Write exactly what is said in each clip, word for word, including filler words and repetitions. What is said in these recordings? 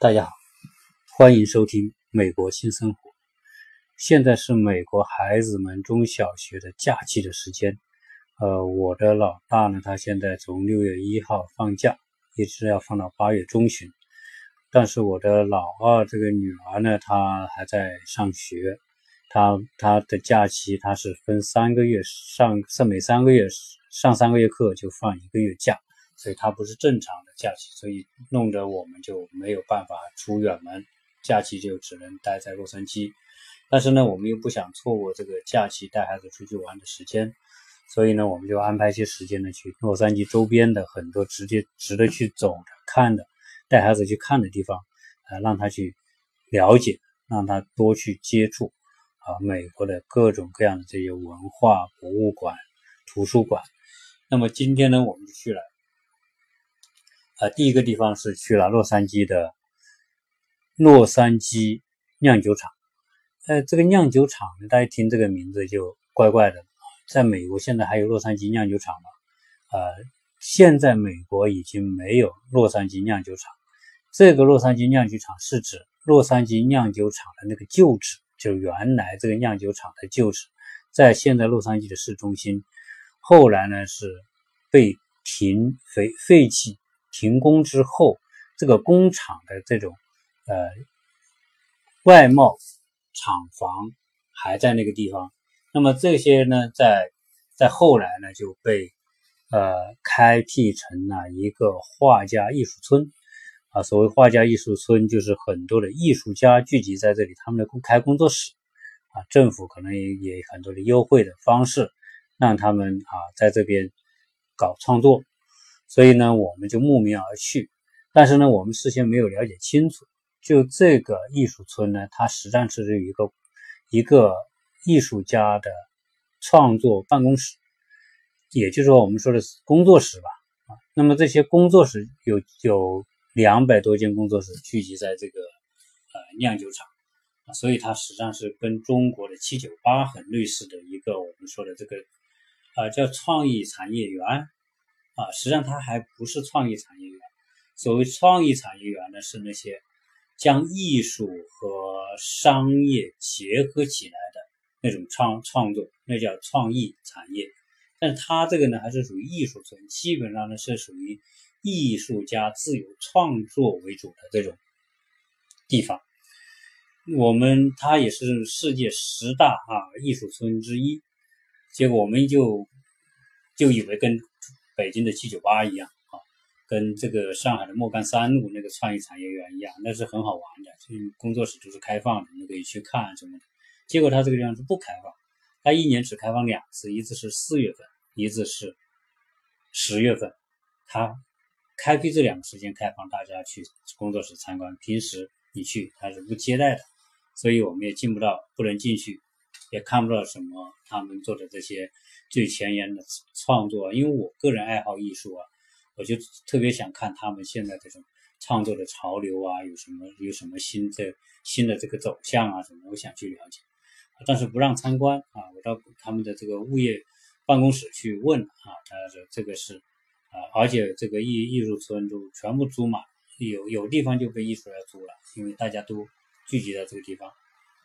大家好，欢迎收听美国新生活。现在是美国孩子们中小学的假期的时间。呃，我的老大呢，他现在从六月一号放假，一直要放到八月中旬。但是我的老二这个女儿呢，她还在上学，她她的假期她是分三个月上，上每三个月上三个月课就放一个月假。所以它不是正常的假期，所以弄得我们就没有办法出远门，假期就只能待在洛杉矶。但是呢，我们又不想错过这个假期带孩子出去玩的时间，所以呢，我们就安排一些时间呢去洛杉矶周边的很多直接值得去走的、看的，带孩子去看的地方，呃，让他去了解，让他多去接触啊，美国的各种各样的这些文化、博物馆、图书馆。那么今天呢，我们就去了。呃，第一个地方是去了洛杉矶的洛杉矶酿酒厂。呃，这个酿酒厂呢，大家听这个名字就怪怪的。在美国现在还有洛杉矶酿酒厂吗？呃，现在美国已经没有洛杉矶酿酒厂。这个洛杉矶酿酒厂是指洛杉矶酿酒厂的那个旧址，就原来这个酿酒厂的旧址，在现在洛杉矶的市中心。后来呢是被停废废弃。停工之后，这个工厂的这种呃外贸厂房还在那个地方。那么这些呢，在在后来呢就被呃开辟成了一个画家艺术村啊。所谓画家艺术村，就是很多的艺术家聚集在这里，他们的开工作室啊，政府可能也也很多的优惠的方式，让他们啊在这边搞创作。所以呢，我们就慕名而去，但是呢，我们事先没有了解清楚。就这个艺术村呢，它实际上是一个一个艺术家的创作办公室，也就是说我们说的工作室吧。啊，那么这些工作室有有两百多间工作室聚集在这个呃酿酒厂啊，所以它实际上是跟中国的七九八很类似的一个我们说的这个呃叫创意产业园。啊，实际上它还不是创意产业园。所谓创意产业园呢，是那些将艺术和商业结合起来的那种创创作，那叫创意产业。但是它这个呢，还是属于艺术村，基本上呢是属于艺术家自由创作为主的这种地方。我们它也是世界十大啊艺术村之一，结果我们就就以为跟北京的七九八一样啊，跟这个上海的莫干山路那个创意产业园一样，那是很好玩的，工作室都是开放的，你可以去看什么的。结果它这个地方是不开放，它一年只开放两次，一次是四月份，一次是十月份。它开辟这两个时间开放大家去工作室参观，平时你去它是不接待的，所以我们也进不到，不能进去，也看不到什么他们做的这些最前沿的创作。因为我个人爱好艺术啊，我就特别想看他们现在这种创作的潮流啊，有什么有什么新的新的这个走向啊什么，我想去了解，但是不让参观啊。我到他们的这个物业办公室去问啊，他说这个是啊，而且这个艺艺术村都全部租满，有有地方就被艺术家租了，因为大家都聚集在这个地方。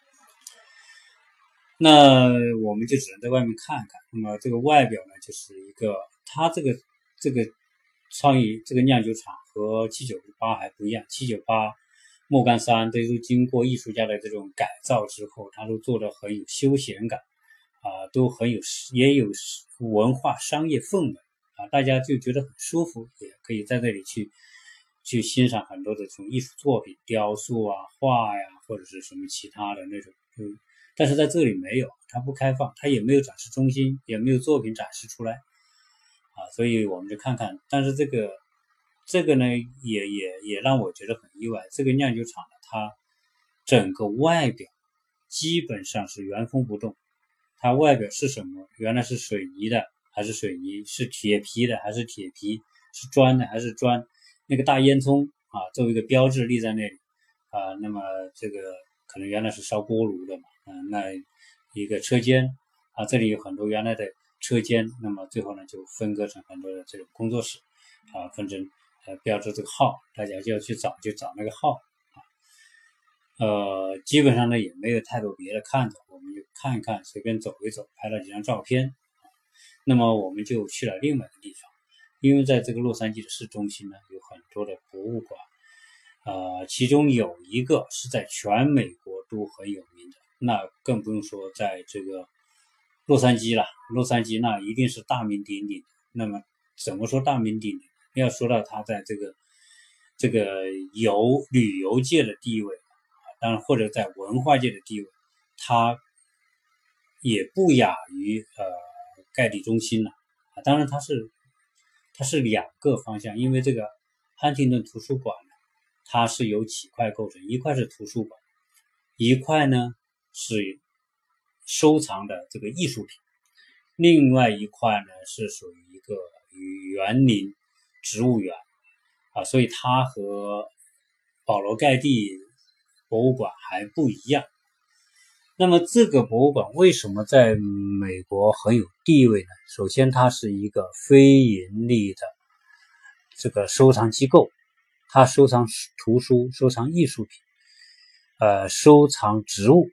那我们就只能在外面看看。那么这个外表呢，就是一个它这个这个创意这个酿酒厂和七九八还不一样。七九八莫干山这都经过艺术家的这种改造之后，它都做得很有休闲感啊，都很有也有文化商业氛围啊，大家就觉得很舒服，也可以在这里去去欣赏很多的这种艺术作品，雕塑啊、画呀，或者是什么其他的那种。嗯，但是在这里没有，它不开放，它也没有展示中心，也没有作品展示出来啊，所以我们就看看。但是这个这个呢，也也也让我觉得很意外。这个酿酒厂呢，它整个外表基本上是原封不动。它外表是什么？原来是水泥的还是水泥？是铁皮的还是铁皮？是砖的还是砖？那个大烟囱啊，作为一个标志立在那里啊。那么这个可能原来是烧锅炉的嘛，嗯，那一个车间啊，这里有很多原来的车间，那么最后呢就分割成很多的这种工作室啊，分成呃标志这个号，大家就要去找就找那个号呃，基本上呢也没有太多别的看头，我们就看一看，随便走一走，拍了几张照片。那么我们就去了另外一个地方，因为在这个洛杉矶的市中心呢，有很多的博物馆，呃，其中有一个是在全美国都很有名的，那更不用说在这个洛杉矶了。洛杉矶那一定是大名鼎鼎。那么怎么说大名鼎鼎？要说到它在这个这个游旅游界的地位，当然或者在文化界的地位，它也不亚于呃盖蒂中心了。啊，当然它是它是两个方向，因为这个汉廷顿图书馆呢，它是由几块构成，一块是图书馆，一块呢是收藏的这个艺术品，另外一块呢是属于一个园林植物园啊，所以它和保罗盖蒂博物馆还不一样。那么这个博物馆为什么在美国很有地位呢？首先它是一个非盈利的这个收藏机构，它收藏图书、收藏艺术品，呃，收藏植物。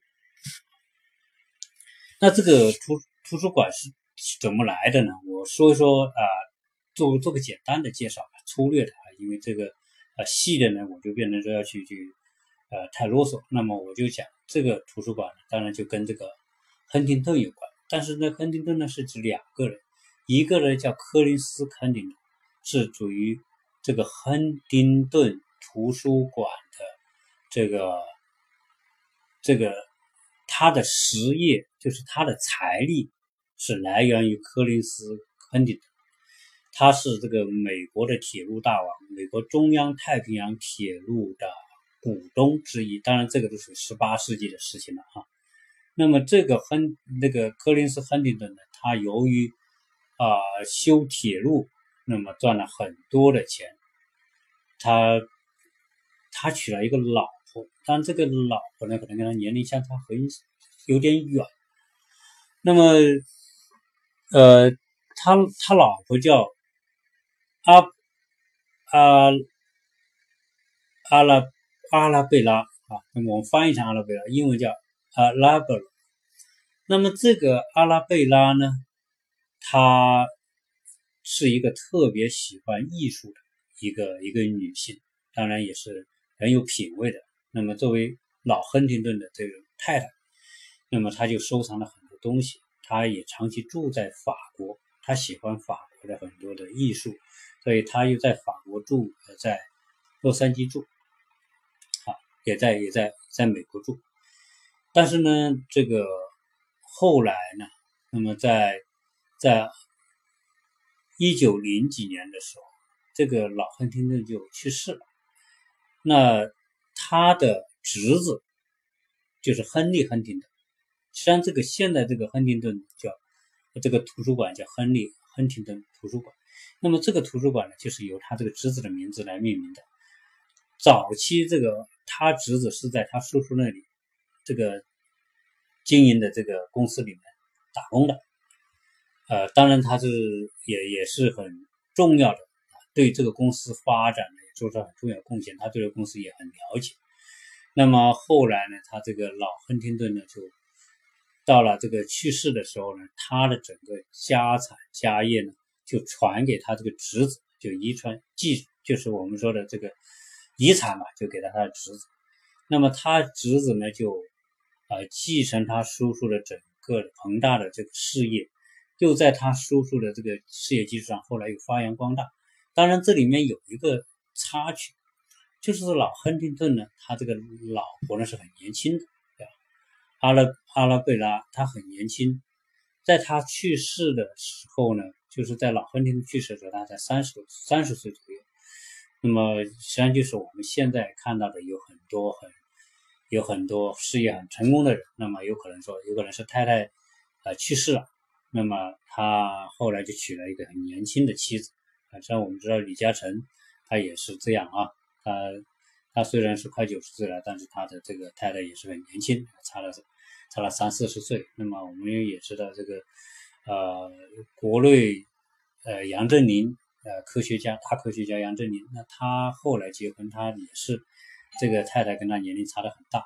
那这个图图书馆是怎么来的呢？我说一说啊、呃，做做个简单的介绍吧，粗略的啊，因为这个呃细的呢，我就变成说要去去呃太啰嗦。那么我就讲这个图书馆呢，当然就跟这个亨廷顿有关，但是呢，亨廷顿呢是指两个人，一个人叫柯林斯·亨廷顿，是属于这个亨廷顿图书馆的这个这个他的实业，就是他的财力是来源于柯林斯·亨廷顿。他是这个美国的铁路大王，美国中央太平洋铁路的股东之一，当然这个都是十八世纪的事情了啊。那么这个亨那个柯林斯·亨廷顿呢，他由于啊、呃、修铁路，那么赚了很多的钱，他他娶了一个老婆，但这个老婆呢，可能跟他年龄相差很有点远。那么呃，他他老婆叫阿阿阿拉阿拉贝拉啊，那么我们翻译成阿拉贝拉，英文叫阿拉贝拉。那么这个阿拉贝拉呢，她是一个特别喜欢艺术的一个一个女性，当然也是很有品味的。那么作为老亨廷顿的这个太太，那么她就收藏了很多东西，她也长期住在法国，她喜欢法国的很多的艺术，所以她又在法国住，在洛杉矶住，啊，也在也在在美国住。但是呢，这个后来呢，那么在在一九零几年的时候，这个老亨廷顿就去世了。那他的侄子就是亨利·亨廷顿，实际上这个现在这个亨廷顿叫这个图书馆叫亨利·亨廷顿图书馆。那么这个图书馆呢，就是由他这个侄子的名字来命名的。早期这个他侄子是在他叔叔那里这个经营的这个公司里面打工的，呃，当然他是也也是很重要的，对这个公司发展呢做出很重要的贡献，他对这个公司也很了解。那么后来呢，他这个老亨廷顿呢，就到了这个去世的时候呢，他的整个家产家业呢，就传给他这个侄子，就遗传继，就是我们说的这个遗产嘛，就给了他的侄子。那么他侄子呢，就呃继承他叔叔的整个庞大的这个事业，又在他叔叔的这个事业基础上，后来又发扬光大。当然，这里面有一个插曲，就是老亨廷顿呢，他这个老婆呢是很年轻的，对吧？阿拉阿拉贝拉，她很年轻，在他去世的时候呢，就是在老亨廷顿去世的时候，他才三十三十岁左右。那么实际上就是我们现在看到的有很多很有很多事业很成功的人，那么有可能说有可能是太太呃去世了，那么他后来就娶了一个很年轻的妻子啊，像我们知道李嘉诚他也是这样啊，他他虽然是快九十岁了，但是他的这个太太也是很年轻，差了差了三四十岁。那么我们也知道这个呃国内呃杨振宁呃科学家大科学家杨振宁，那他后来结婚，他也是这个太太跟他年龄差得很大。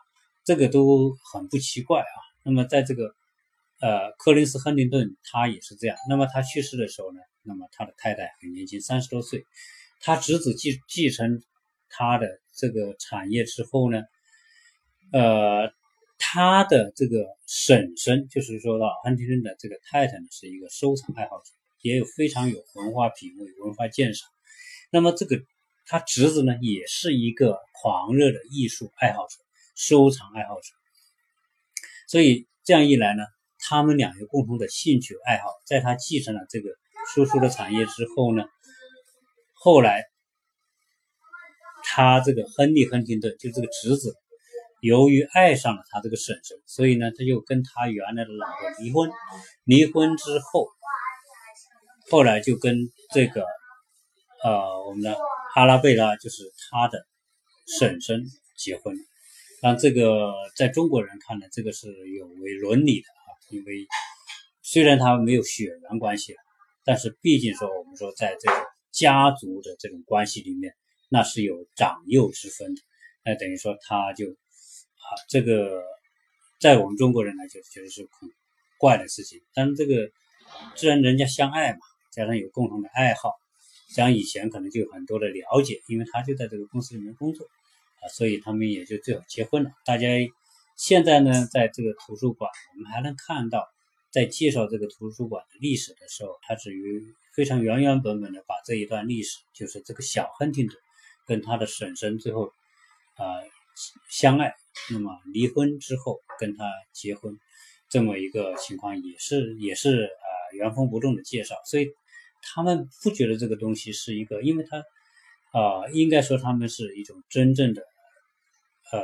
这个都很不奇怪啊。那么在这个呃柯林斯·亨廷顿他也是这样。那么他去世的时候呢，那么他的太太很年轻，三十多岁，他侄子继继承他的这个产业之后呢，呃，他的这个婶婶，就是说到亨廷顿的这个太太呢，是一个收藏爱好者，也有非常有文化品味、文化鉴赏。那么这个他侄子呢，也是一个狂热的艺术爱好者、收藏爱好者。所以这样一来呢，他们俩有共同的兴趣爱好。在他继承了这个叔叔的产业之后呢，后来他这个亨利·亨廷顿就这个侄子，由于爱上了他这个婶婶，所以呢，他就跟他原来的老婆离婚。离婚之后，后来就跟这个呃我们的阿拉贝拉，就是他的婶婶结婚。但这个在中国人看来，这个是有违伦理的啊，因为虽然他没有血缘关系，但是毕竟说我们说在这个家族的这种关系里面，那是有长幼之分的。那等于说他就啊，这个在我们中国人来讲觉得是很怪的事情。但是这个既然人家相爱嘛，加上有共同的爱好，像以前可能就有很多的了解，因为他就在这个公司里面工作啊，所以他们也就最后结婚了。大家现在呢，在这个图书馆，我们还能看到，在介绍这个图书馆的历史的时候，他只于非常原原本本的把这一段历史，就是这个小亨廷顿跟他的婶婶最后啊、呃、相爱，那么离婚之后跟他结婚，这么一个情况也是也是啊、呃、原封不动的介绍。所以他们不觉得这个东西是一个，因为他啊、呃、应该说他们是一种真正的呃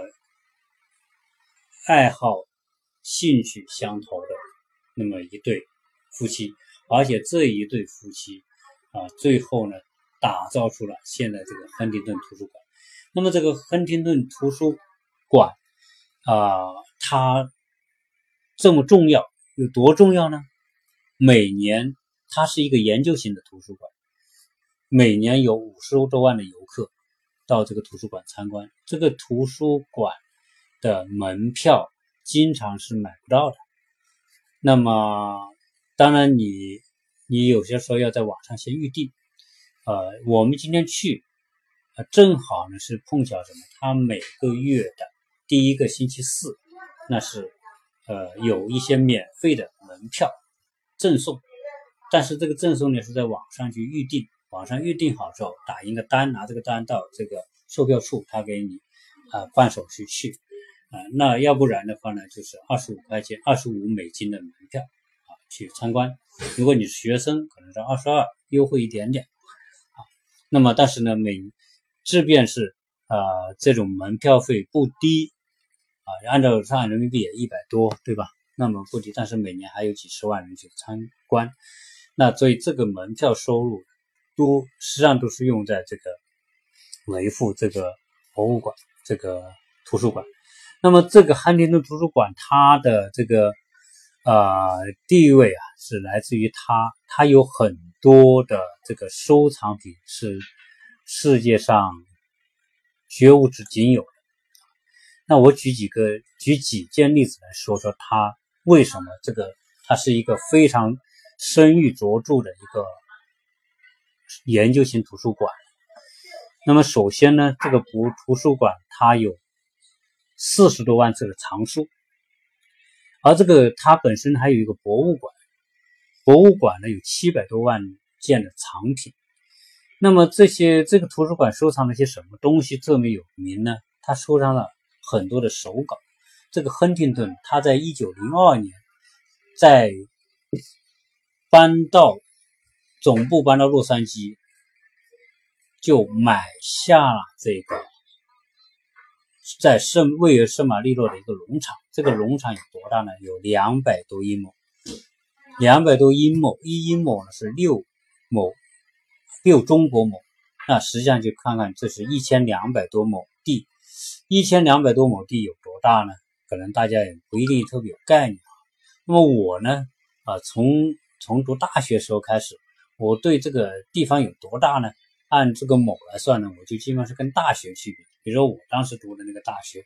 爱好兴趣相投的那么一对夫妻，而且这一对夫妻啊、呃、最后呢打造出了现在这个亨廷顿图书馆。那么这个亨廷顿图书馆啊、呃，它这么重要，有多重要呢？每年它是一个研究型的图书馆，每年有五十多万的游客到这个图书馆参观。这个图书馆的门票经常是买不到的。那么当然你你有些时候要在网上先预定。呃，我们今天去呃，正好呢是碰巧什么？他每个月的第一个星期四，那是呃有一些免费的门票赠送，但是这个赠送呢是在网上去预定，网上预定好之后打一个单，拿这个单到这个售票处，他给你啊、呃、办手续去啊、呃。那要不然的话呢，就是二十五块钱，二十五美金的门票啊去参观。如果你是学生，可能是二十二，优惠一点点啊。那么但是呢，每即便是呃这种门票费不低啊，按照上海人民币也一百多，对吧？那么不低，但是每年还有几十万人去参观，那所以这个门票收入都实际上都是用在这个维护这个博物馆、这个图书馆。那么这个亨廷顿图书馆，它的这个呃地位啊，是来自于它，它有很多的这个收藏品是世界上绝无止境有的。那我举几个举几件例子来说说它为什么这个它是一个非常声誉卓著的一个研究型图书馆。那么首先呢，这个图图书馆它有四十多万册的藏书，而这个它本身还有一个博物馆，博物馆呢有七百多万件的藏品。那么这些这个图书馆收藏了些什么东西这么有名呢？它收藏了很多的手稿。这个亨廷顿他在一九零二年在搬到总部搬到洛杉矶，就买下了这个在圣位于圣马力诺的一个农场。这个农场有多大呢？有两百多英亩，两百多英亩，一英亩呢是六亩，六中国亩。那实际上就看看这是一千两百多亩地，一千两百多亩地有多大呢？可能大家也不一定特别有概念。那么我呢，啊，从从读大学时候开始，我对这个地方有多大呢？按这个亩来算呢，我就基本上是跟大学区别。比如说我当时读的那个大学，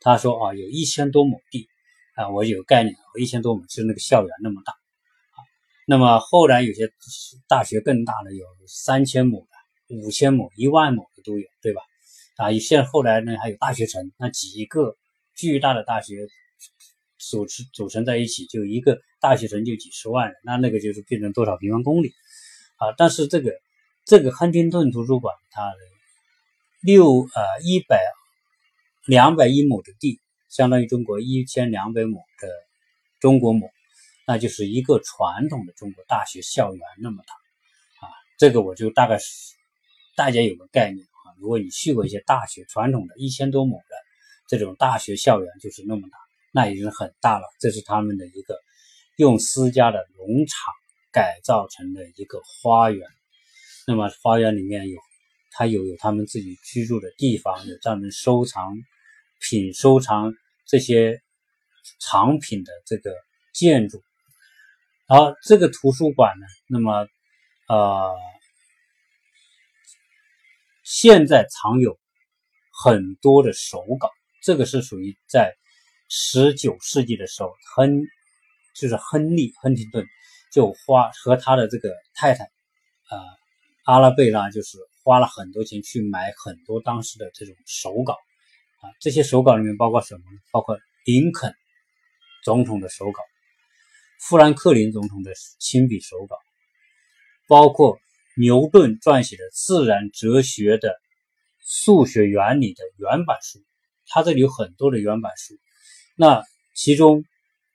他说啊，有一千多亩地啊，我有概念，一千多亩是那个校园那么大啊。那么后来有些大学更大的，有三千亩的、五千亩、一万亩的都有，对吧？啊，现在后来呢还有大学城，那几个巨大的大学组织组成在一起，就一个大学城就几十万人，那那个就是变成多少平方公里啊？但是这个这个亨廷顿图书馆，它的六呃一百两百一亩的地，相当于中国一千两百亩的中国亩，那就是一个传统的中国大学校园那么大啊。这个我就大概大家有个概念啊。如果你去过一些大学，传统的一千多亩的这种大学校园就是那么大，那已经很大了。这是他们的一个用私家的农场改造成的一个花园。那么花园里面有它有有他们自己居住的地方，有专门收藏品收藏这些藏品的这个建筑。然后这个图书馆呢，那么呃现在藏有很多的手稿，这个是属于在十九世纪的时候，亨就是亨利亨廷顿就花和他的这个太太呃阿拉贝拉，就是花了很多钱去买很多当时的这种手稿啊。这些手稿里面包括什么呢？包括林肯总统的手稿，富兰克林总统的亲笔手稿，包括牛顿撰写的自然哲学的数学原理的原版书，它这里有很多的原版书。那其中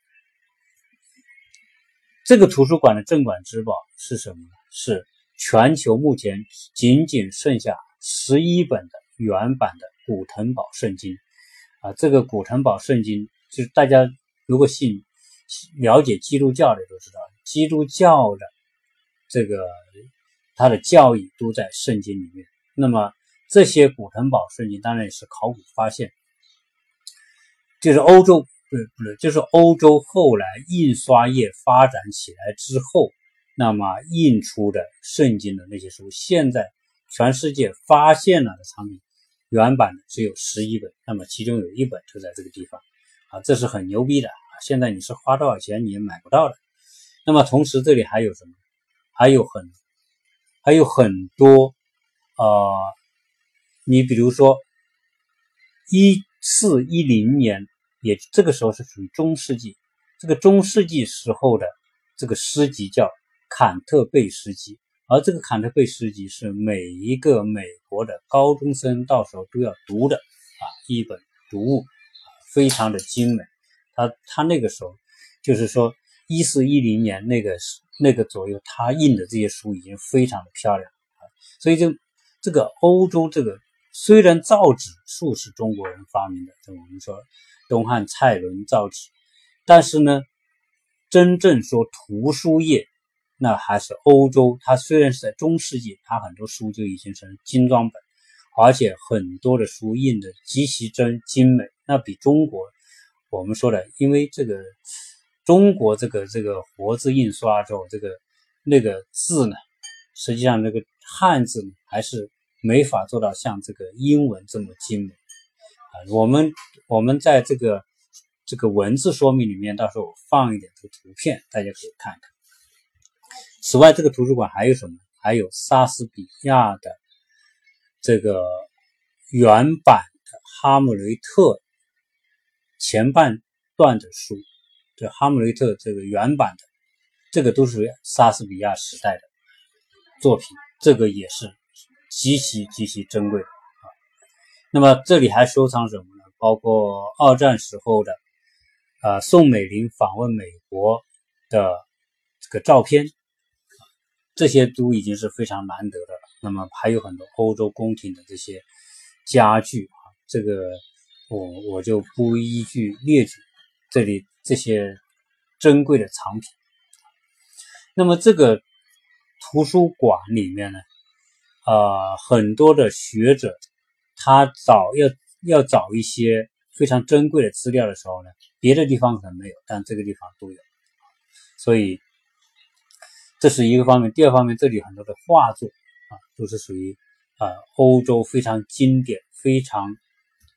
这个图书馆的镇馆之宝是什么呢？是全球目前仅仅剩下十一本的原版的古腾堡圣经啊。这个古腾堡圣经就是大家如果信了解基督教的都知道，基督教的这个它的教义都在圣经里面。那么这些古腾堡圣经当然也是考古发现，就是欧洲不是不是就是欧洲后来印刷业发展起来之后，那么印出的圣经的那些书，现在全世界发现了的藏品原版的只有十一本，那么其中有一本就在这个地方啊，这是很牛逼的啊！现在你是花多少钱你也买不到的。那么同时这里还有什么？还有很还有很多呃，你比如说一四一零年，也这个时候是属于中世纪，这个中世纪时候的这个诗集叫坎特贝诗集，而这个坎特贝诗集是每一个美国的高中生到时候都要读的啊一本读物，非常的精美。他他那个时候就是说一四一零年那个那个左右，他印的这些书已经非常的漂亮啊。所以就这个欧洲这个虽然造纸术是中国人发明的，我们说东汉蔡伦造纸，但是呢真正说图书业那还是欧洲。它虽然是在中世纪，它很多书就已经成精装本，而且很多的书印的极其真精美，那比中国我们说的，因为这个中国这个这个活字印刷之后，这个那个字呢，实际上这个汉字呢还是没法做到像这个英文这么精美啊。我们我们在这个这个文字说明里面，到时候我放一点这个图片，大家可以看看。此外，这个图书馆还有什么？还有莎士比亚的这个原版的哈姆雷特前半段的书，这哈姆雷特这个原版的，这个都是莎士比亚时代的作品，这个也是极其极其珍贵的啊。那么这里还收藏什么呢？包括二战时候的呃宋美龄访问美国的这个照片，这些都已经是非常难得的了。那么还有很多欧洲宫廷的这些家具啊，这个我我就不一一列举这里这些珍贵的藏品。那么这个图书馆里面呢，呃，很多的学者他找要要找一些非常珍贵的资料的时候呢，别的地方可能没有，但这个地方都有。所以这是一个方面。第二方面，这里很多的画作啊，都是属于啊欧洲非常经典、非常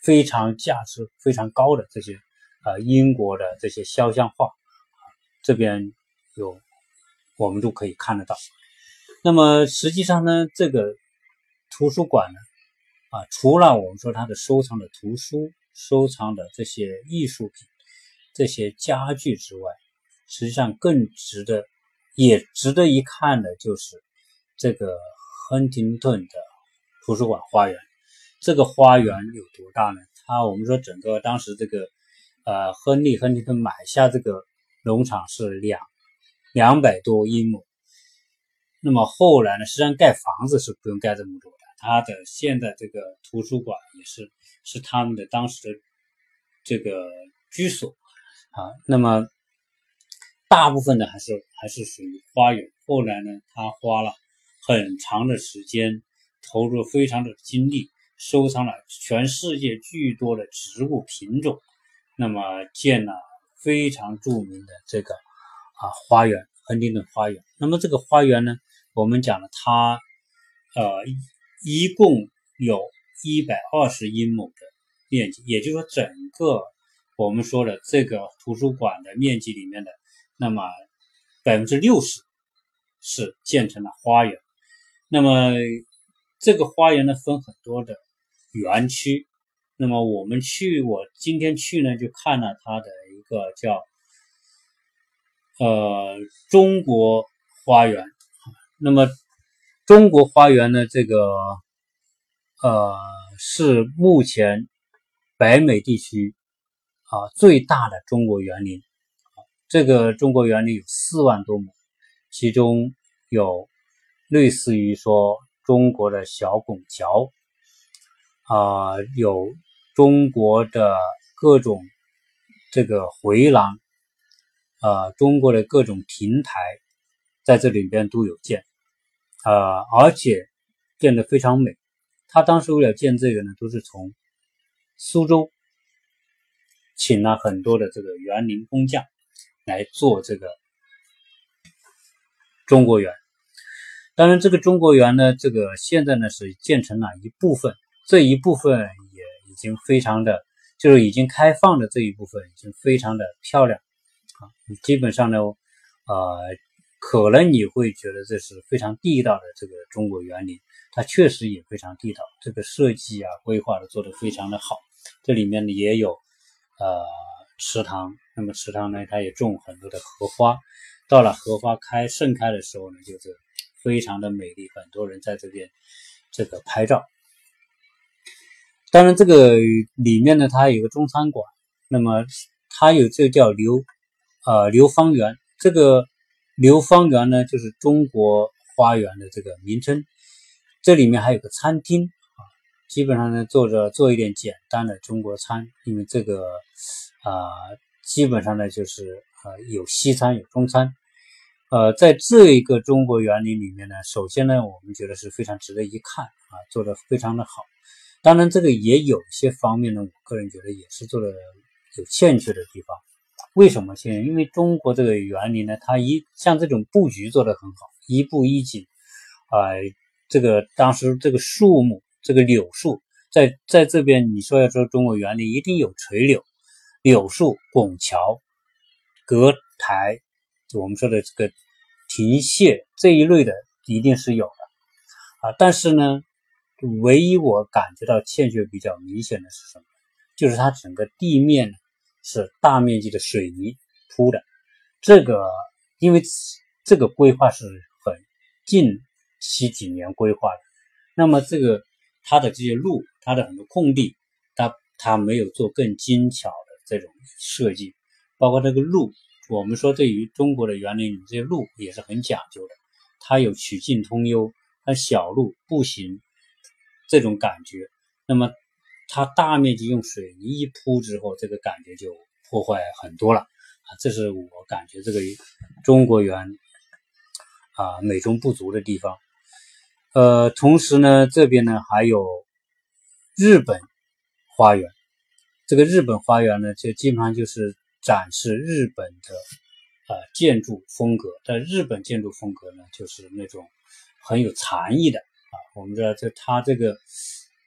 非常价值非常高的这些呃英国的这些肖像画，这边有我们都可以看得到。那么实际上呢，这个图书馆呢啊，除了我们说它的收藏的图书、收藏的这些艺术品、这些家具之外，实际上更值得也值得一看的就是这个亨廷顿的图书馆花园。这个花园有多大呢？它我们说整个当时这个呃亨利亨廷顿买下这个农场是两两百多英亩。那么后来呢，实际上盖房子是不用盖这么多的，它的现在这个图书馆也是是他们的当时的这个居所啊。那么大部分呢还是还是属于花园。后来呢，他花了很长的时间，投入非常的精力，收藏了全世界巨多的植物品种，那么建了非常著名的这个啊花园，亨廷顿花园。那么这个花园呢，我们讲了它呃一共有一百二十英亩的面积，也就是说整个我们说的这个图书馆的面积里面的，那么 百分之六十 是建成了花园。那么这个花园呢分很多的园区，那么我们去我今天去呢就看了它的一个叫呃中国花园。那么中国花园呢，这个呃是目前北美地区啊最大的中国园林。这个中国园林有四万多亩，其中有类似于说中国的小拱桥啊、呃，有中国的各种这个回廊啊、呃，中国的各种亭台在这里边都有建。呃，而且建得非常美。他当时为了建这个呢，都是从苏州请了很多的这个园林工匠来做这个中国园。当然，这个中国园呢，这个现在呢是建成了一部分，这一部分也已经非常的，就是已经开放的这一部分已经非常的漂亮啊。基本上呢，呃。可能你会觉得这是非常地道的这个中国园林，它确实也非常地道，这个设计啊规划的做得非常的好。这里面呢也有呃池塘，那么池塘呢它也种很多的荷花，到了荷花开盛开的时候呢，就是非常的美丽，很多人在这边这个拍照。当然这个里面呢它有个中餐馆，那么它有这个叫流呃流芳园，这个流芳园呢就是中国花园的这个名称。这里面还有个餐厅啊，基本上呢做着做一点简单的中国餐，因为这个啊、呃、基本上呢就是呃有西餐有中餐。呃在这一个中国园林里面呢，首先呢我们觉得是非常值得一看啊，做得非常的好。当然这个也有一些方面呢，我个人觉得也是做的有欠缺的地方。为什么欠缺？因为中国这个园林呢，它一像这种布局做得很好，一步一景啊、呃，这个当时这个树木，这个柳树，在在这边你说要说中国园林，一定有垂柳、柳树、拱桥、阁台，就我们说的这个亭榭这一类的一定是有的啊。但是呢，唯一我感觉到欠缺比较明显的是什么？就是它整个地面是大面积的水泥铺的，这个因为这个规划是很近期几年规划的，那么这个它的这些路，它的很多空地，它它没有做更精巧的这种设计，包括这个路，我们说对于中国的园林里这些路也是很讲究的，它有曲径通幽，它小路步行这种感觉，那么它大面积用水泥一铺之后，这个感觉就破坏很多了啊！这是我感觉这个中国园啊美中不足的地方。呃，同时呢，这边呢还有日本花园。这个日本花园呢，就基本上就是展示日本的呃建筑风格。在日本建筑风格呢，就是那种很有禅意的啊。我们知道，这它这个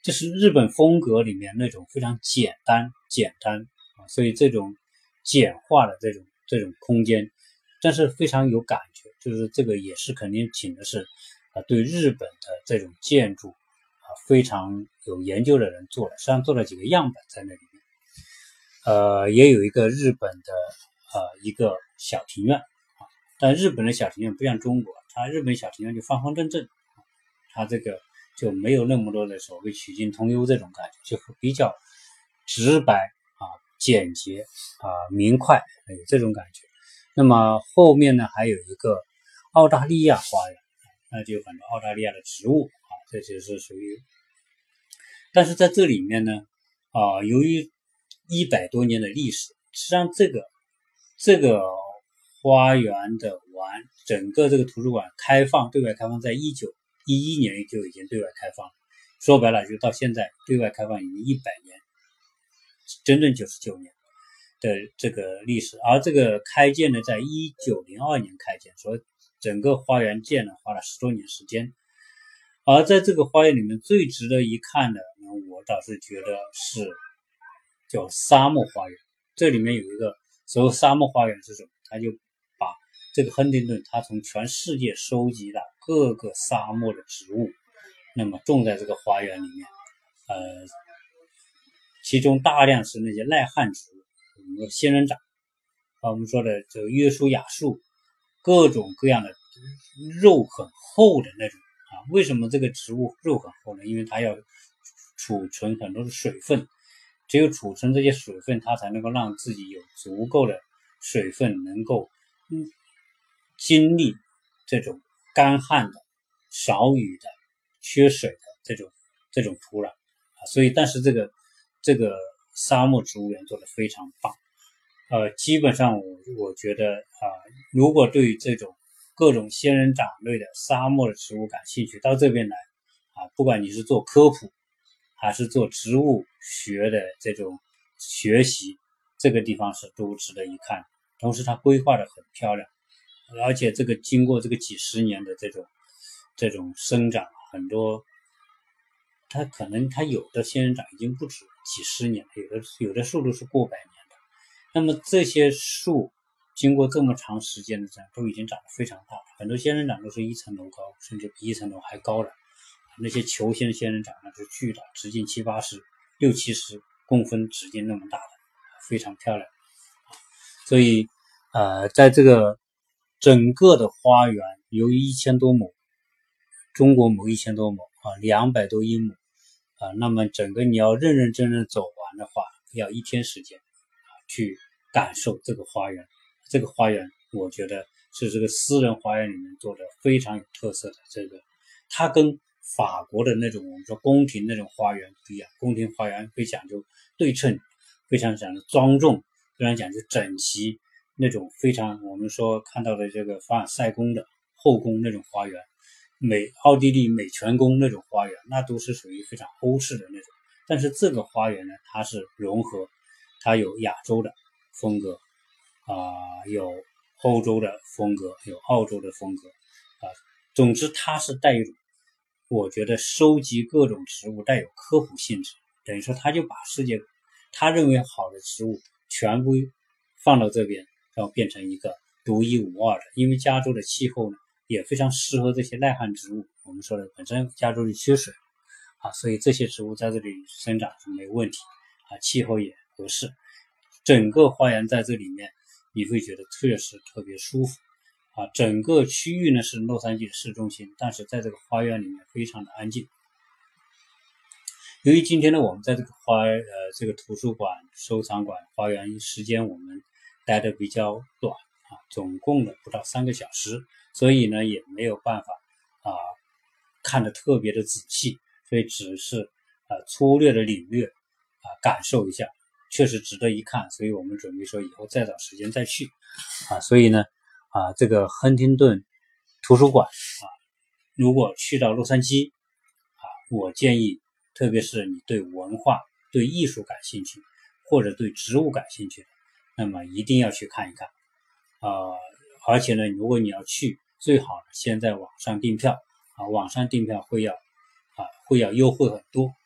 就是日本风格里面那种非常简单简单啊，所以这种简化的这种这种空间，但是非常有感觉，就是这个也是肯定请的是啊对日本的这种建筑啊非常有研究的人做的，实际上做了几个样本在那里面，呃，也有一个日本的呃一个小庭院啊，但日本的小庭院不像中国，它日本小庭院就方方正正，它这个就没有那么多的所谓曲径通幽这种感觉，就比较直白啊、简洁啊、明快，有这种感觉。那么后面呢还有一个澳大利亚花园，那就很多澳大利亚的植物啊，这就是属于。但是在这里面呢，啊、由于一百多年的历史，实际上这个这个花园的完整个这个图书馆开放对外开放，在一九一一年就已经对外开放了，说白了就到现在对外开放已经一百年，整整九十九年的这个历史。而这个开建呢，在一九零二年开建，所以整个花园建了花了十多年时间。而在这个花园里面最值得一看的，我倒是觉得是叫沙漠花园。这里面有一个所谓沙漠花园是什么？他就把这个亨廷顿他从全世界收集了各个沙漠的植物，那么种在这个花园里面，呃，其中大量是那些耐旱植物，我们说仙人掌啊，我们说的这个约书亚树，各种各样的肉很厚的那种啊。为什么这个植物肉很厚呢？因为它要储存很多的水分，只有储存这些水分，它才能够让自己有足够的水分，能够嗯经历这种干旱的、少雨的、缺水的这种这种土壤啊。所以，但是这个这个沙漠植物园做得非常棒。呃，基本上我我觉得啊、呃，如果对于这种各种仙人掌类的沙漠的植物感兴趣，到这边来啊，不管你是做科普还是做植物学的这种学习，这个地方是都值得一看。同时，它规划的很漂亮，而且这个经过这个几十年的这种这种生长，很多它可能它有的仙人掌已经不止几十年，有的有的树都是过百年。那么这些树经过这么长时间的长，都已经长得非常大了，很多仙人掌都是一层楼高，甚至比一层楼还高了。那些球形的仙人掌那是巨大，直径七八十、六七十公分直径那么大的，非常漂亮。所以，呃，在这个整个的花园，由于一千多亩，中国亩一千多亩啊，两百多英亩啊，那么整个你要认认真真走完的话，要一天时间。去感受这个花园，这个花园我觉得是这个私人花园里面做的非常有特色的。这个它跟法国的那种我们说宫廷那种花园不一样，宫廷花园会讲究对称，非常讲究庄重，非常讲究整齐，那种非常我们说看到的这个凡尔赛宫的后宫那种花园，美奥地利美泉宫那种花园，那都是属于非常欧式的那种。但是这个花园呢，它是融合。它有亚洲的风格啊、呃，有欧洲的风格，有澳洲的风格啊、呃。总之，它是带一种，我觉得收集各种植物带有科普性质，等于说他就把世界他认为好的植物全部放到这边，然后变成一个独一无二的。因为加州的气候呢，也非常适合这些耐旱植物。我们说的本身加州是缺水啊，所以这些植物在这里生长是没有问题啊，气候也合适，整个花园在这里面你会觉得确实特别舒服啊。整个区域呢是洛杉矶的市中心，但是在这个花园里面非常的安静。由于今天呢我们在这个花呃这个图书馆、收藏馆、花园时间我们待的比较短啊，总共的不到三个小时，所以呢也没有办法啊看得特别的仔细，所以只是呃粗略的领略啊感受一下。确实值得一看，所以我们准备说以后再找时间再去啊。所以呢，啊，这个亨廷顿图书馆啊，如果去到洛杉矶啊，我建议，特别是你对文化、对艺术感兴趣，或者对植物感兴趣的，那么一定要去看一看啊。而且呢，如果你要去，最好先在网上订票啊，网上订票会要啊会要优惠很多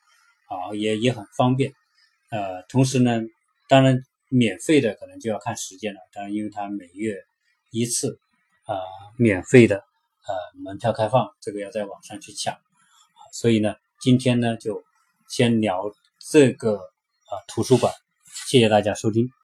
啊，也也很方便。呃，同时呢，当然免费的可能就要看时间了，当然因为它每月一次啊、呃、免费的呃门票开放，这个要在网上去抢。所以呢，今天呢就先聊这个啊、呃、图书馆，谢谢大家收听。